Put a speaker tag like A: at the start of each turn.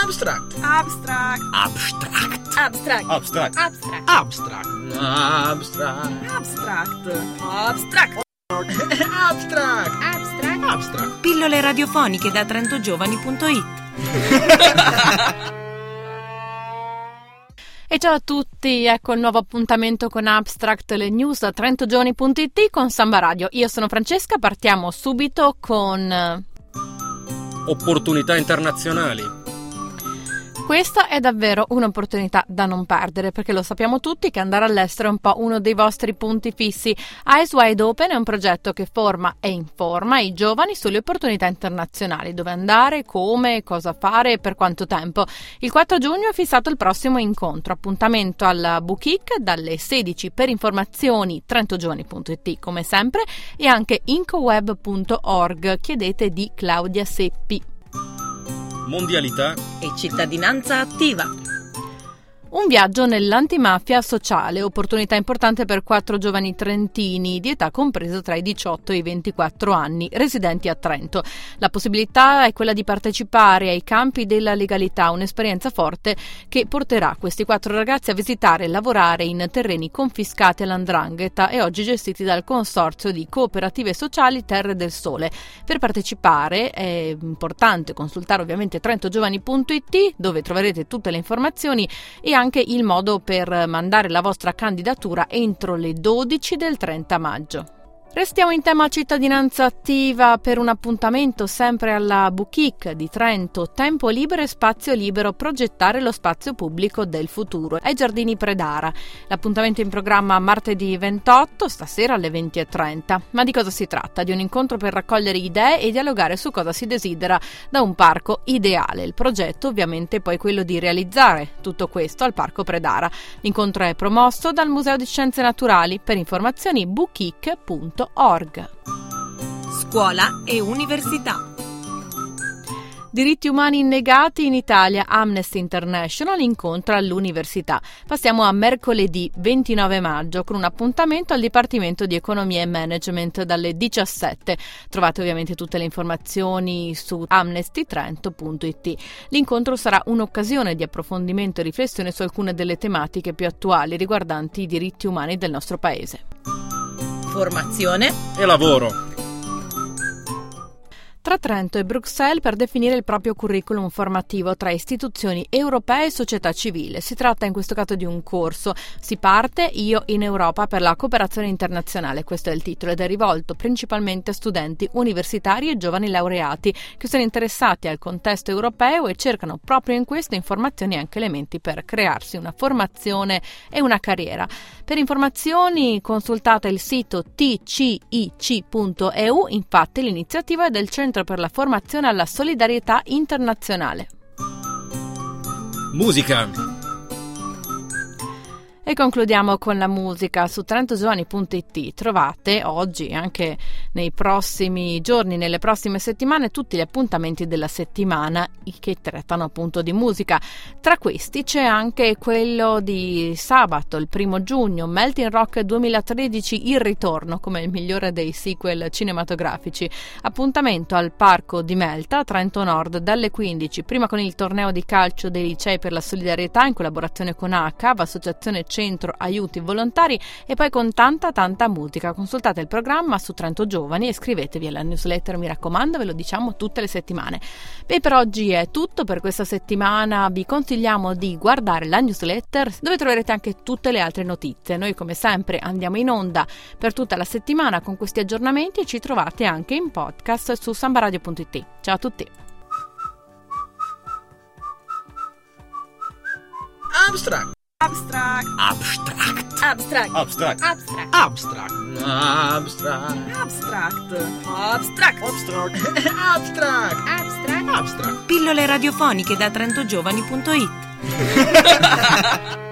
A: Abstract.
B: Abstract.
A: Abstract.
B: Abstract.
A: Abstract.
B: Abstract.
A: Abstract. Abstract.
B: Abstract.
A: Abstract.
B: Abstract.
A: Abstract.
C: Pillole radiofoniche da trentogiovani.it.
D: E ciao a tutti, ecco il nuovo appuntamento con Abstract, le news da trentogiovani.it con Samba Radio. Io sono Francesca, partiamo subito con
E: opportunità internazionali.
D: Questa è davvero un'opportunità da non perdere, perché lo sappiamo tutti che andare all'estero è un po' uno dei vostri punti fissi. Eyes Wide Open è un progetto che forma e informa i giovani sulle opportunità internazionali, dove andare, come, cosa fare e per quanto tempo. Il 4 giugno è fissato il prossimo incontro, appuntamento alla Bouquic dalle 16. Per informazioni trentogiovani.it come sempre e anche incoweb.org, chiedete di Claudia Seppi.
E: Mondialità
C: E cittadinanza attiva.
D: Un viaggio nell'antimafia sociale, opportunità importante per 4 giovani trentini di età compresa tra i 18 e i 24 anni, residenti a Trento. La possibilità è quella di partecipare ai campi della legalità, un'esperienza forte che porterà questi 4 ragazzi a visitare e lavorare in terreni confiscati all''ndrangheta e oggi gestiti dal Consorzio di Cooperative Sociali Terre del Sole. Per partecipare è importante consultare ovviamente trentogiovani.it, dove troverete tutte le informazioni e anche il modo per mandare la vostra candidatura entro le 12 del 30 maggio. Restiamo in tema cittadinanza attiva per un appuntamento sempre alla Bouquic di Trento, tempo libero e spazio libero, progettare lo spazio pubblico del futuro, ai Giardini Predara. L'appuntamento in programma martedì 28, stasera alle 20:30. Ma di cosa si tratta? Di un incontro per raccogliere idee e dialogare su cosa si desidera da un parco ideale. Il progetto ovviamente è poi quello di realizzare tutto questo al Parco Predara. L'incontro è promosso dal Museo di Scienze Naturali. Per informazioni bouquic.org.
C: Scuola e università.
D: Diritti umani negati in Italia, Amnesty International incontra all'università. Passiamo a mercoledì 29 maggio con un appuntamento al Dipartimento di Economia e Management dalle 17. Trovate ovviamente tutte le informazioni su amnestytrento.it. L'incontro sarà un'occasione di approfondimento e riflessione su alcune delle tematiche più attuali riguardanti i diritti umani del nostro paese.
C: Formazione
E: e lavoro.
D: Tra Trento e Bruxelles per definire il proprio curriculum formativo tra istituzioni europee e società civile. Si tratta in questo caso di un corso. Si parte Io in Europa per la cooperazione internazionale, questo è il titolo, ed è rivolto principalmente a studenti universitari e giovani laureati che sono interessati al contesto europeo e cercano proprio in questo informazioni e anche elementi per crearsi una formazione e una carriera. Per informazioni consultate il sito tcic.eu, infatti l'iniziativa è del Centro per la formazione alla solidarietà internazionale.
E: Musica.
D: E concludiamo con la musica. Su trentogiovani.it trovate oggi e anche nei prossimi giorni, nelle prossime settimane, tutti gli appuntamenti della settimana che trattano appunto di musica. Tra questi c'è anche quello di sabato, il 1 giugno, Melting Rock 2013, il ritorno come il migliore dei sequel cinematografici. Appuntamento al Parco di Melta, a Trento Nord, dalle 15, prima con il torneo di calcio dei licei per la solidarietà in collaborazione con ACAV, Associazione Centro Aiuti Volontari, e poi con tanta musica. Consultate il programma su Trento Giovani e iscrivetevi alla newsletter, mi raccomando, ve lo diciamo tutte le settimane. E per oggi è tutto per questa settimana. Vi consigliamo di guardare la newsletter dove troverete anche tutte le altre notizie. Noi come sempre andiamo in onda per tutta la settimana con questi aggiornamenti e ci trovate anche in podcast su sambaradio.it. Ciao a tutti.
A: Abstract.
B: Abstract.
A: Abstract.
B: Abstract.
A: Abstract.
B: Abstract.
A: Abstract. Abstract.
B: Abstract. Abstract.
A: Abstract. Abstract.
B: Abstract.
A: Abstract.
C: Pillole radiofoniche da trentogiovani.it.